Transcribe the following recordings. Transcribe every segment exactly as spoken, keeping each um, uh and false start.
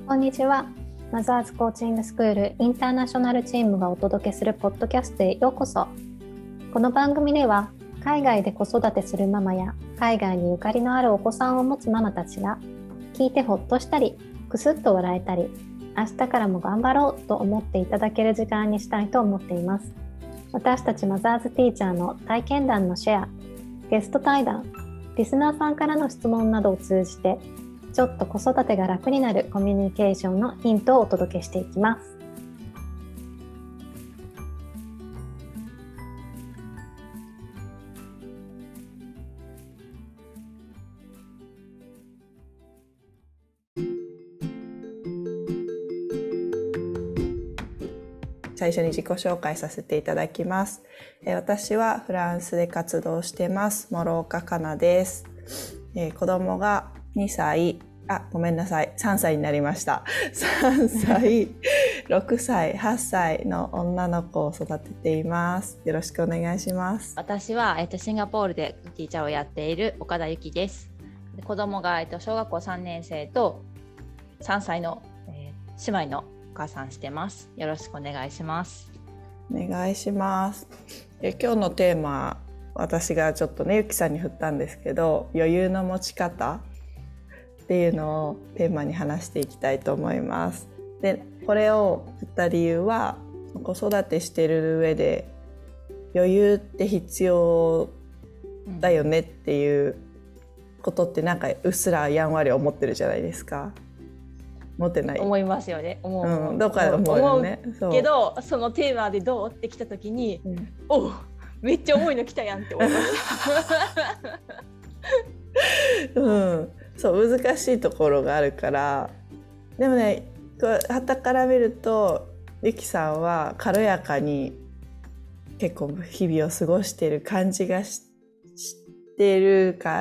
こんにちは。マザーズコーチングスクールインターナショナルチームがお届けするポッドキャストへようこそ。この番組では海外で子育てするママや海外にゆかりのあるお子さんを持つママたちが聞いてほっとしたりくすっと笑えたり明日からも頑張ろうと思っていただける時間にしたいと思っています。私たちマザーズティーチャーの体験談のシェア、ゲスト対談、リスナーさんからの質問などを通じてちょっと子育てが楽になるコミュニケーションのヒントをお届けしていきます。 最初に自己紹介させていただきます。私はフランスで活動してます。諸岡かなです。子供がにさい、あ、ごめんなさい、さんさいになりました。さんさい、ろくさい、はっさいの女の子を育てています。よろしくお願いします。 私は、えっと、シンガポールでティーチャーをやっている岡田由紀です。で子供が、えっと、小学校さんねん生とさんさいの、えー、姉妹のお母さんしてます。よろしくお願いします。 お願いします。え今日のテーマ、私がちょっとね、ゆきさんに振ったんですけど、余裕の持ち方っていうのをテーマに話していきたいと思います。で、これを振った理由は、子育てしてる上で余裕って必要だよねっていうことってなんかうっすらやんわり思ってるじゃないですか。持ってない？ 思いますよね。思う、 うん、どっかで思うよね。 思うけど、そのテーマでどうってきた時に、うん、おめっちゃ重いの来たやんって思いました。 うん、そう難しいところがあるから。でもね、傍から見るとゆきさんは軽やかに結構日々を過ごしている感じが し, してるから、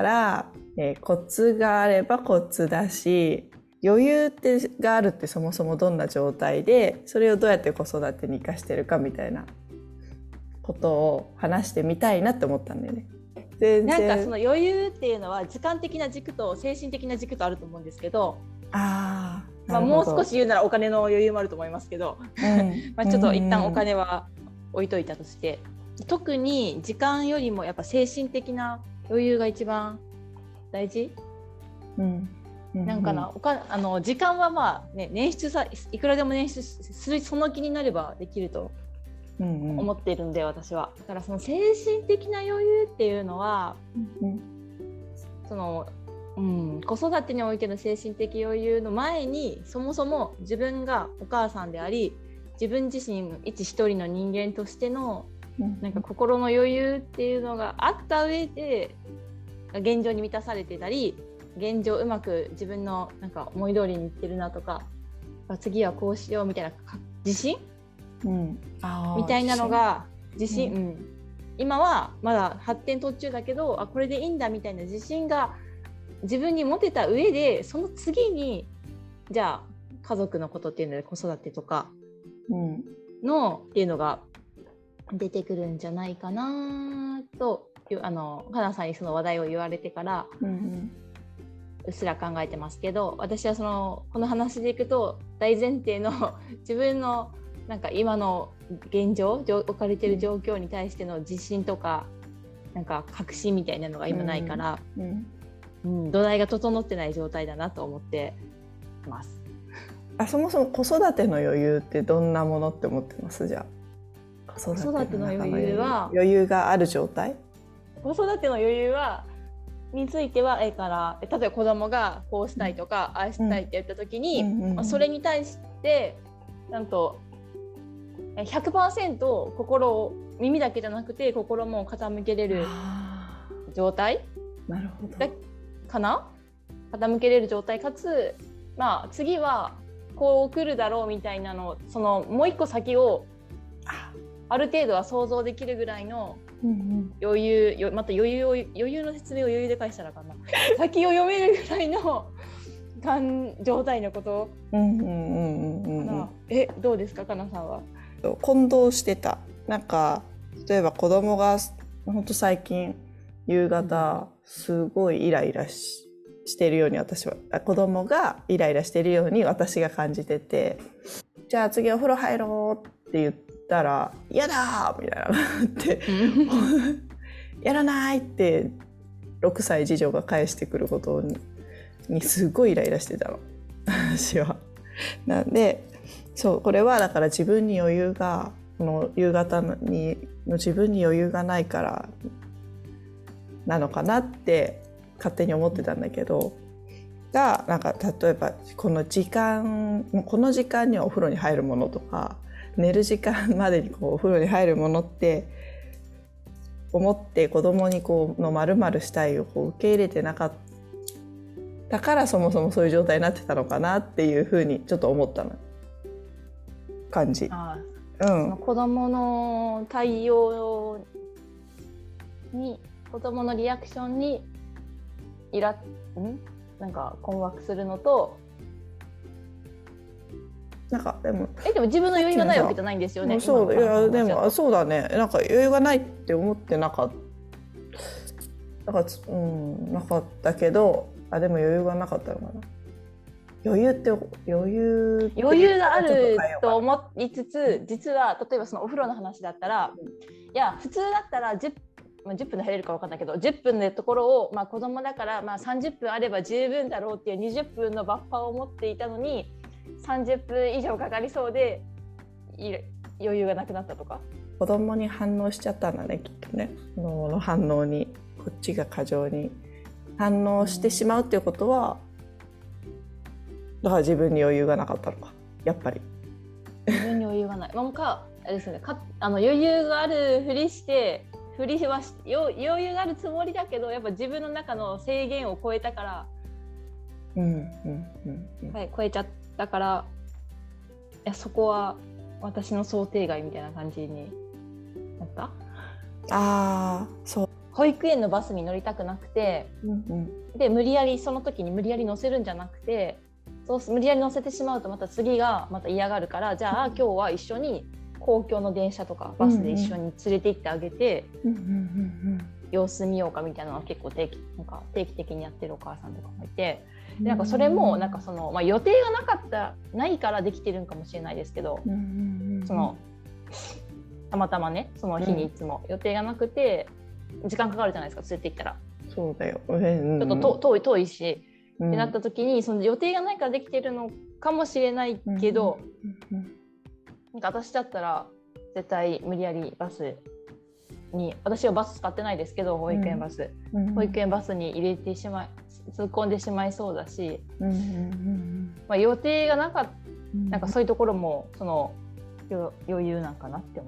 えー、コツがあればコツだし、余裕ってがあるってそもそもどんな状態で、それをどうやって子育てに生かしてるかみたいなことを話してみたいなって思ったんだよね。 全然なんかその余裕っていうのは時間的な軸と精神的な軸とあると思うんですけど、 あー、 まあ、もう少し言うならお金の余裕もあると思いますけど、うん、まあちょっと一旦お金は置いといたとして、特に時間よりもやっぱ精神的な余裕が一番大事、うんなんかな、おかあの時間はまあ、ね、捻出さいくらでも捻出するその気になればできると思っているんで、うんうん、私はだからその精神的な余裕っていうのは、うん、その、うん、子育てにおいての精神的余裕の前にそもそも自分がお母さんであり自分自身一一人の人間としての、うん、なんか心の余裕っていうのがあった上で現状に満たされてたり、現状うまく自分のなんか思い通りにいってるなとか、次はこうしようみたいな自信、うん、あみたいなのが自信、うんうん、今はまだ発展途中だけど、あこれでいいんだみたいな自信が自分に持てた上で、その次にじゃあ家族のことっていうので子育てとかの、うん、っていうのが出てくるんじゃないかなと、あのかなさんにその話題を言われてから、うんうんうっすら考えてますけど、私はそのこの話でいくと大前提の自分のなんか今の現状置かれている状況に対しての自信とかなんか確信みたいなのが今ないから、うんうんうん、土台が整ってない状態だなと思ってます。 あ、そもそも子育ての余裕ってどんなものって思ってます？じゃあ子育ての余裕は余裕がある状態？ 子育ての余裕はについては、えー、から例えば子供がこうしたいとか、うん、ああしたいって言った時に、うんうんうんまあ、それに対してなんと ひゃくパーセント 心を耳だけじゃなくて心も傾けれる状態なるほどかな傾けれる状態かつ、まあ、次はこう来るだろうみたいなのそのもう一個先をある程度は想像できるぐらいの余裕、うんうん、また余裕を余裕の説明を余裕で返したらかな先を読めるぐらいの状態のことえどうですかかなさんは。 混同してた。なんか例えば子供がほんと最近夕方すごいイライラししているように私は子供がイライラしているように私が感じてて、じゃあ次お風呂入ろうって言ったら嫌だみたいなってやらないってろくさい次女が返してくることににすごいイライラしてたの私は。なんでそうこれはだから自分に余裕がこの夕方にの自分に余裕がないからなのかなって勝手に思ってたんだけど、がなんか例えばこの時間この時間にはお風呂に入るものとか寝る時間までにこうお風呂に入るものって思って子供にこうの丸々したいをこう受け入れてなかったからそもそもそういう状態になってたのかなっていうふうにちょっと思ったの感じ。 あうん、 その子供の対応に子供のリアクションにイラんなんか困惑するのと、 なんかでもえでも自分の余裕がないわけじゃないんですよね。 そういやでもそうだね、なんか余裕がないって思ってなかったなんか、うん、なかったけど、あでも余裕がなかったのかな。余裕って余裕って余裕があると思いつつ、実は例えばそのお風呂の話だったら、うん、いや普通だったら 10, 10分で入れるか分かんないけどじゅっぷんのところを、まあ、子供だからまあさんじゅっぷんあれば十分だろうっていうにじゅっぷんのバッファーを持っていたのにさんじゅっぷん以上かかりそうで余裕がなくなったとか。 子供に反応しちゃったんだねきっとね。子供の反応にこっちが過剰に反応してしまうっていうことは、うん、だから自分に余裕がなかったのかやっぱり。 自分に余裕がない。なんかあれですね、かあの余裕があるふりしてふりはし余裕があるつもりだけどやっぱ自分の中の制限を超えたから、 うんうんうんうん、 はい、超えちゃったから、いやそこは私の想定外みたいな感じになった。 あーそう。 保育園のバスに乗りたくなくて、うんうん、で無理やりその時に無理やり乗せるんじゃなくて、そう無理やり乗せてしまうとまた次がまた嫌がるから、じゃあ今日は一緒に公共の電車とかバスで一緒に連れて行ってあげて、うんうん、様子見ようかみたいなのは結構定期、なんか定期的にやってるお母さんとかもいて、でなんかそれもなんかその、まあ、予定がなかったないからできてるんかもしれないですけど、うんうんうん、そのたまたまねその日にいつも予定がなくて時間かかるじゃないですか連れて行ったら。 そうだよ、うんうん、 ちょっと遠い遠いし、うん、ってなった時にその予定がないからできてるのかもしれないけど、うんうん、なんか私だったら絶対無理やりバスに、私はバス使ってないですけど保育園バス、うんうん、保育園バスに入れてしまい突っ込んでしまいそうだし、うんうんうんまあ、予定がなかった、うん、なんかそういうところもその余裕なんかなって思った、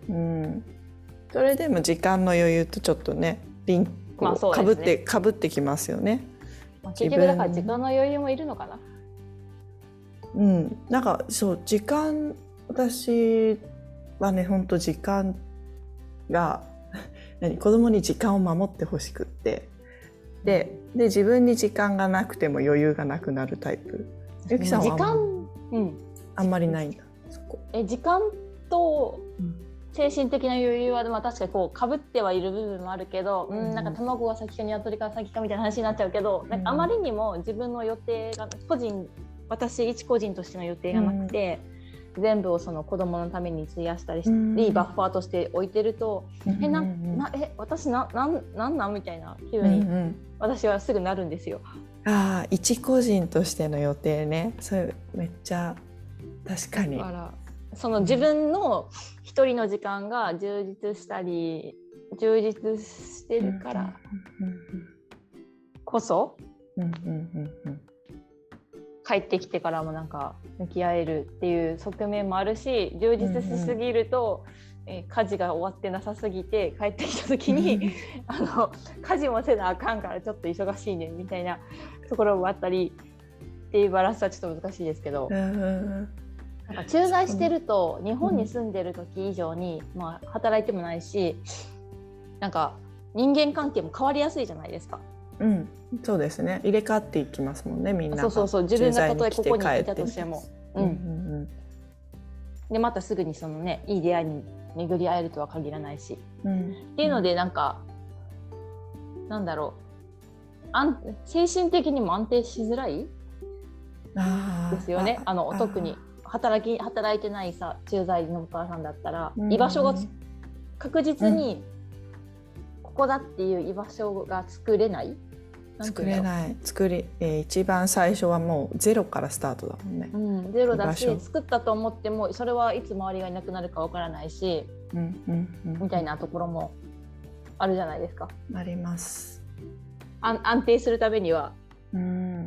うん、 それでも時間の余裕とちょっとねリンクをかぶって、かぶってきますよね、 まあ、結局だから時間の余裕もいるのかな。 うん、なんかそう時間私はね本当時間が何子供に時間を守ってほしくってで, で自分に時間がなくても余裕がなくなるタイプ。ゆきさんは あ, 時間、うん、あんまりないんだ。そこえ時間と精神的な余裕は、まあ、確かにこう被ってはいる部分もあるけど、うん、なんか卵が先か鶏が先かみたいな話になっちゃうけど、うん、なんかあまりにも自分の予定が個人私一個人としての予定がなくて、うん、全部をその子供のために費やしたりして、うん、いいバッファーとして置いてると、うん、えななえ私ななんなんなんみたいな気分に私はすぐなるんですよ。 ああ一個人としての予定ね。それめっちゃ確かに。 だからその自分の一人の時間が充実したり充実してるからこそ、うんうんうんうん、帰ってきてからもなんか向き合えるっていう側面もあるし、充実しすぎると、うんうんえー、家事が終わってなさすぎて帰ってきた時にあの家事もせなあかんからちょっと忙しいねみたいなところもあったりっていうバランスはちょっと難しいですけど、うんなんか駐在してると日本に住んでる時以上に、うんまあ、働いてもないしなんか人間関係も変わりやすいじゃないですか。 うん、そうですね。入れ替わっていきますもんねみんなが。 そうそうそう自分がたとえここにいたとしても、うんうんうん、でまたすぐにそのねいい出会いに巡り会えるとは限らないし、うん、っていうのでなんかなんだろう安精神的にも安定しづらいですよね。あの特に働き働いてないさ駐在のお母さんだったら、うん、居場所が確実にここだっていう居場所が作れない、 うん、作れない作り、えー、一番最初はもうゼロからスタートだもんね、 うん、ゼロだし作ったと思ってもそれはいつ周りがいなくなるかわからないし、うんうんうん、みたいなところもあるじゃないですか。 あります。 あ安定するためには、うん、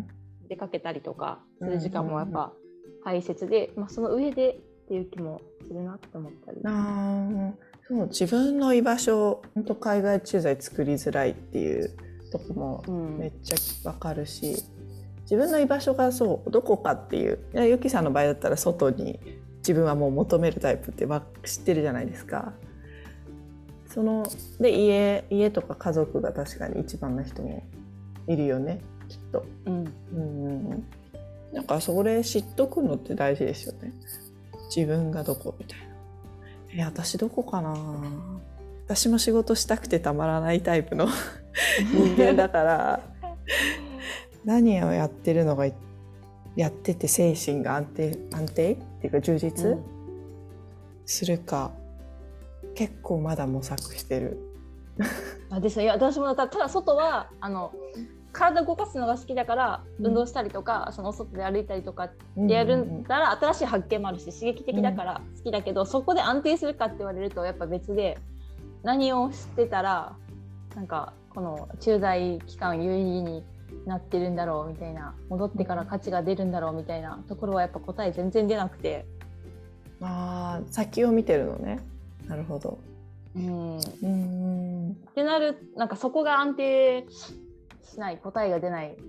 出かけたりとかする時間もやっぱ大切で、まあ、その上でっていう気もするなって思ったり。 あそう自分の居場所本当海外駐在作りづらいっていうとこもめっちゃわかるし、うん、自分の居場所がそうどこかっていうゆきさんの場合だったら外に自分はもう求めるタイプって知ってるじゃないですか。そので 家, 家とか家族が確かに一番の人もいるよねきっと、うんうん、なんかそれ知っとくのって大事ですよね。自分がどこみたいな。え私どこかな。私も仕事したくてたまらないタイプの人間だから何をやってるのがやってて精神が安定安定っていうか充実、うん、するか結構まだ模索してるあですね。いや私もただ外はあの体動かすのが好きだから運動したりとか、うん、その外で歩いたりとかでやるんだら新しい発見もあるし刺激的だから好きだけど、うん、そこで安定するかって言われるとやっぱ別で何をしてたらなんかこの駐在期間有意義になってるんだろうみたいな戻ってから価値が出るんだろうみたいなところはやっぱ答え全然出なくて。 あー先を見てるのね。なるほど。 うんうんってなるなんかそこが安定しない答えが出ない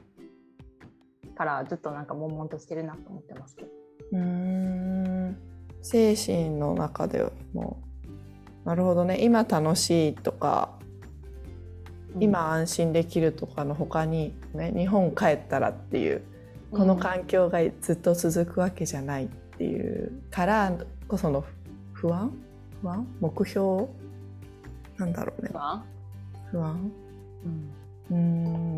からずっとなんか悶々としてるなと思ってますけど。 うーん精神の中でもなるほどね。今楽しいとか、うん、今安心できるとかの他に、ね、日本帰ったらっていうこの環境がずっと続くわけじゃないっていうからこその不安不安目標なんだろうね。 不安不安うん、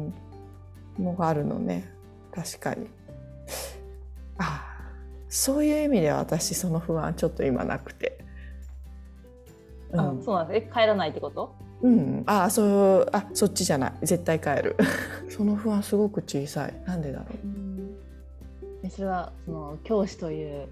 うーんのがあるのね。確かに。ああそういう意味では私その不安ちょっと今なくて。 うん、あそうなんです。え帰らないってこと？ うん、あそうあそっちじゃない絶対帰るその不安すごく小さい。なんでだろう。うんえそれはその教師という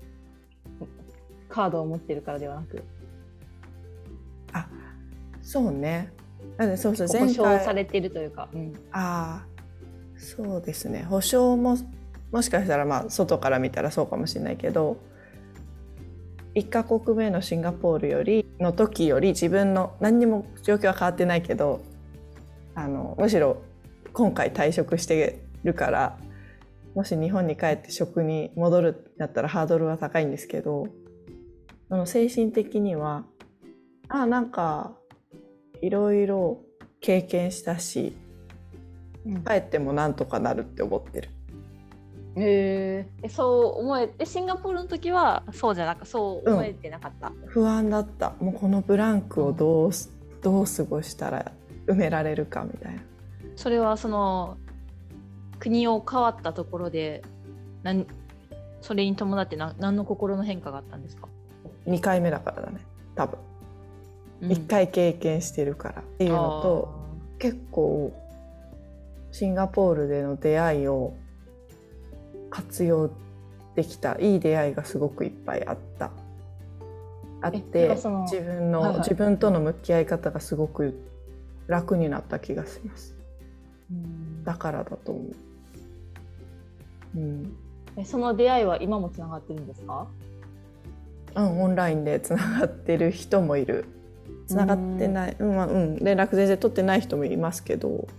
カードを持ってるからではなくあそうねそうそう保証されているというか、うん、 あそうですね保証ももしかしたらまあ外から見たらそうかもしれないけどいっカ国目のシンガポールよりの時より自分の何にも状況は変わってないけどあのむしろ今回退職してるからもし日本に帰って職に戻るってなったらハードルは高いんですけどその精神的にはあなんかいろいろ経験したし、うん、帰ってもなんとかなるって思ってる。 へえそう思えてシンガポールの時はそうじゃなくそう思えてなかった、 うん、不安だった。もうこのブランクをどう、うん、どう過ごしたら埋められるかみたいな。 それはその国を変わったところでなんそれに伴ってな何の心の変化があったんですか？ にかいめだからだね多分、うん、いっかい経験してるからっていうのと結構シンガポールでの出会いを活用できたいい出会いがすごくいっぱいあったあって自分の、はいはい、自分との向き合い方がすごく楽になった気がします。うんだからだと思う、 うん、えその出会いは今もつながってるんですか？ うん、オンラインでつながってる人もいる。つながってない、うんうん、連絡全然取ってない人もいますけど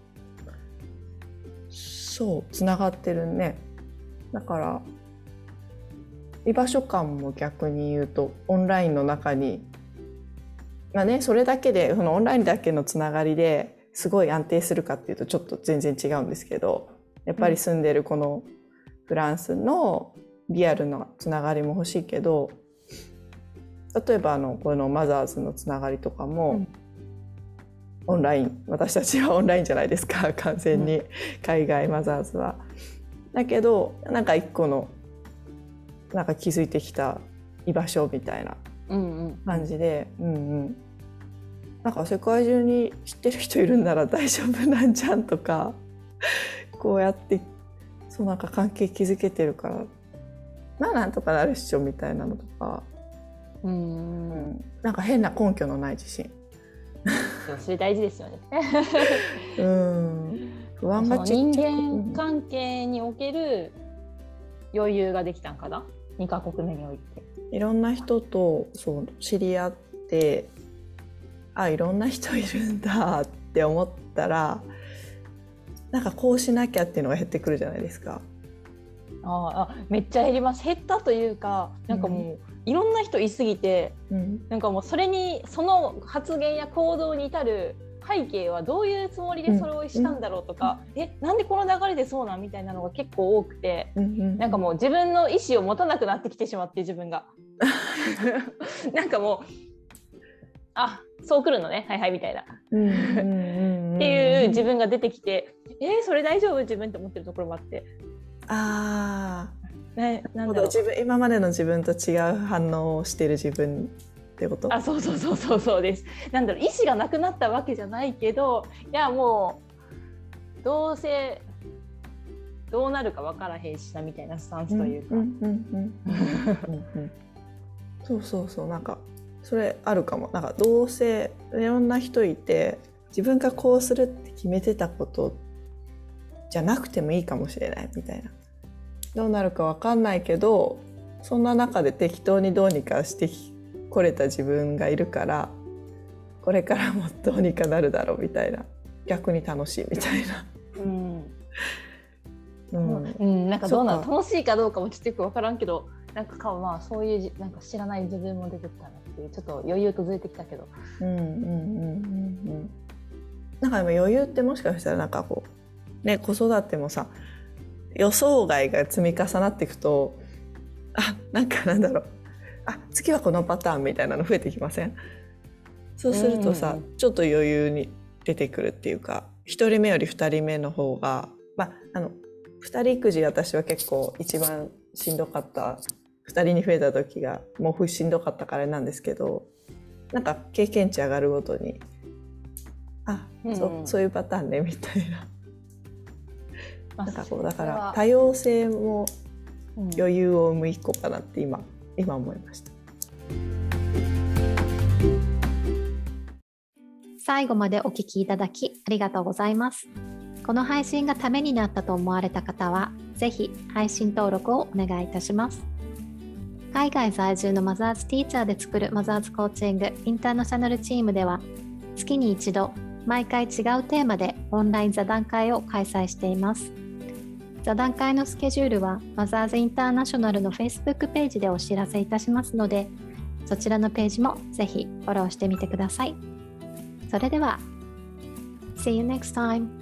そうつながってるね。だから居場所感も逆に言うとオンラインの中にまあねそれだけでそのオンラインだけのつながりですごい安定するかっていうとちょっと全然違うんですけどやっぱり住んでるこのフランスのリアルなつながりも欲しいけど例えばあのこのマザーズのつながりとかも、 オンライン、私たちはオンラインじゃないですか、完全に、うん、海外マザーズは。だけどなんか一個のなんか気づいてきた居場所みたいな感じで、うんうん、なんか世界中に知ってる人いるんなら大丈夫なんじゃんとかこうやってそうなんか関係築けてるからまあなんとかなるっしょみたいなのとか、うん、うん、なんか変な根拠のない自信それ大事ですよねうん、不安がちっちゃい人間関係における余裕ができたんかな、にカ国目において。 いろんな人とそう知り合って、あ、いろんな人いるんだって思ったらなんかこうしなきゃっていうのが減ってくるじゃないですか。 ああ、めっちゃ減ります。減ったというか、なんかもう、うん、いろんな人いすぎて、うん、なんかもうそれにその発言や行動に至る背景はどういうつもりでそれをしたんだろうとか、うん、え、なんでこの流れでそうなんみたいなのが結構多くて、うんうん、なんかもう自分の意思を持たなくなってきてしまって、自分がなんかもうあ、そう来るのね、はいはいみたいなっていう自分が出てきて、えー、それ大丈夫自分って思ってるところもあって、 ああ、ね、なんだろう、自分今までの自分と違う反応をしてる自分ってこと？ あ、そうそうそうそうそうです。なんだろう、意思がなくなったわけじゃないけど、いやもうどうせどうなるか分からへんしなみたいなスタンスというか、 そうそうそう、なんかそれあるかも。なんかどうせいろんな人いて自分がこうするって決めてたことじゃなくてもいいかもしれないみたいな、どうなるか分かんないけどそんな中で適当にどうにかしてこれた自分がいるからこれからもどうにかなるだろうみたいな、逆に楽しいみたいな、うんうんうん、なんかどうなの、楽しいかどうかもちょっとよく分からんけど、なんかか、まあ、そういうなんか知らない自分も出てきたなっていう、ちょっと余裕とずれてきたけど、うんうんうんうんうん、 なんか余裕ってもしかしたらなんかこうね、子育てもさ予想外が積み重なっていくと、あ、なんかなんだろう、あ、次はこのパターンみたいなの増えてきません？そうするとさ、うんうん、ちょっと余裕に出てくるっていうか、ひとりめよりふたりめの方が、まあ、あのふたり育児、私は結構一番しんどかった、ふたりに増えた時がもうしんどかったからなんですけど、なんか経験値上がるごとに、あ、うんうん、そ, そういうパターンねみたいな、なんかこうだから多様性も余裕を生む一個かなって今、今思いました。 最後までお聞きいただきありがとうございます。この配信がためになったと思われた方は、ぜひ配信登録をお願いいたします。海外在住のマザーズティーチャーで作るマザーズコーチングインターナショナルチームでは、月に一度毎回違うテーマでオンライン座談会を開催しています。座談会のスケジュールはマザーズインターナショナルの Facebook ページでお知らせいたしますので、そちらのページもぜひフォローしてみてください。それでは See you next time!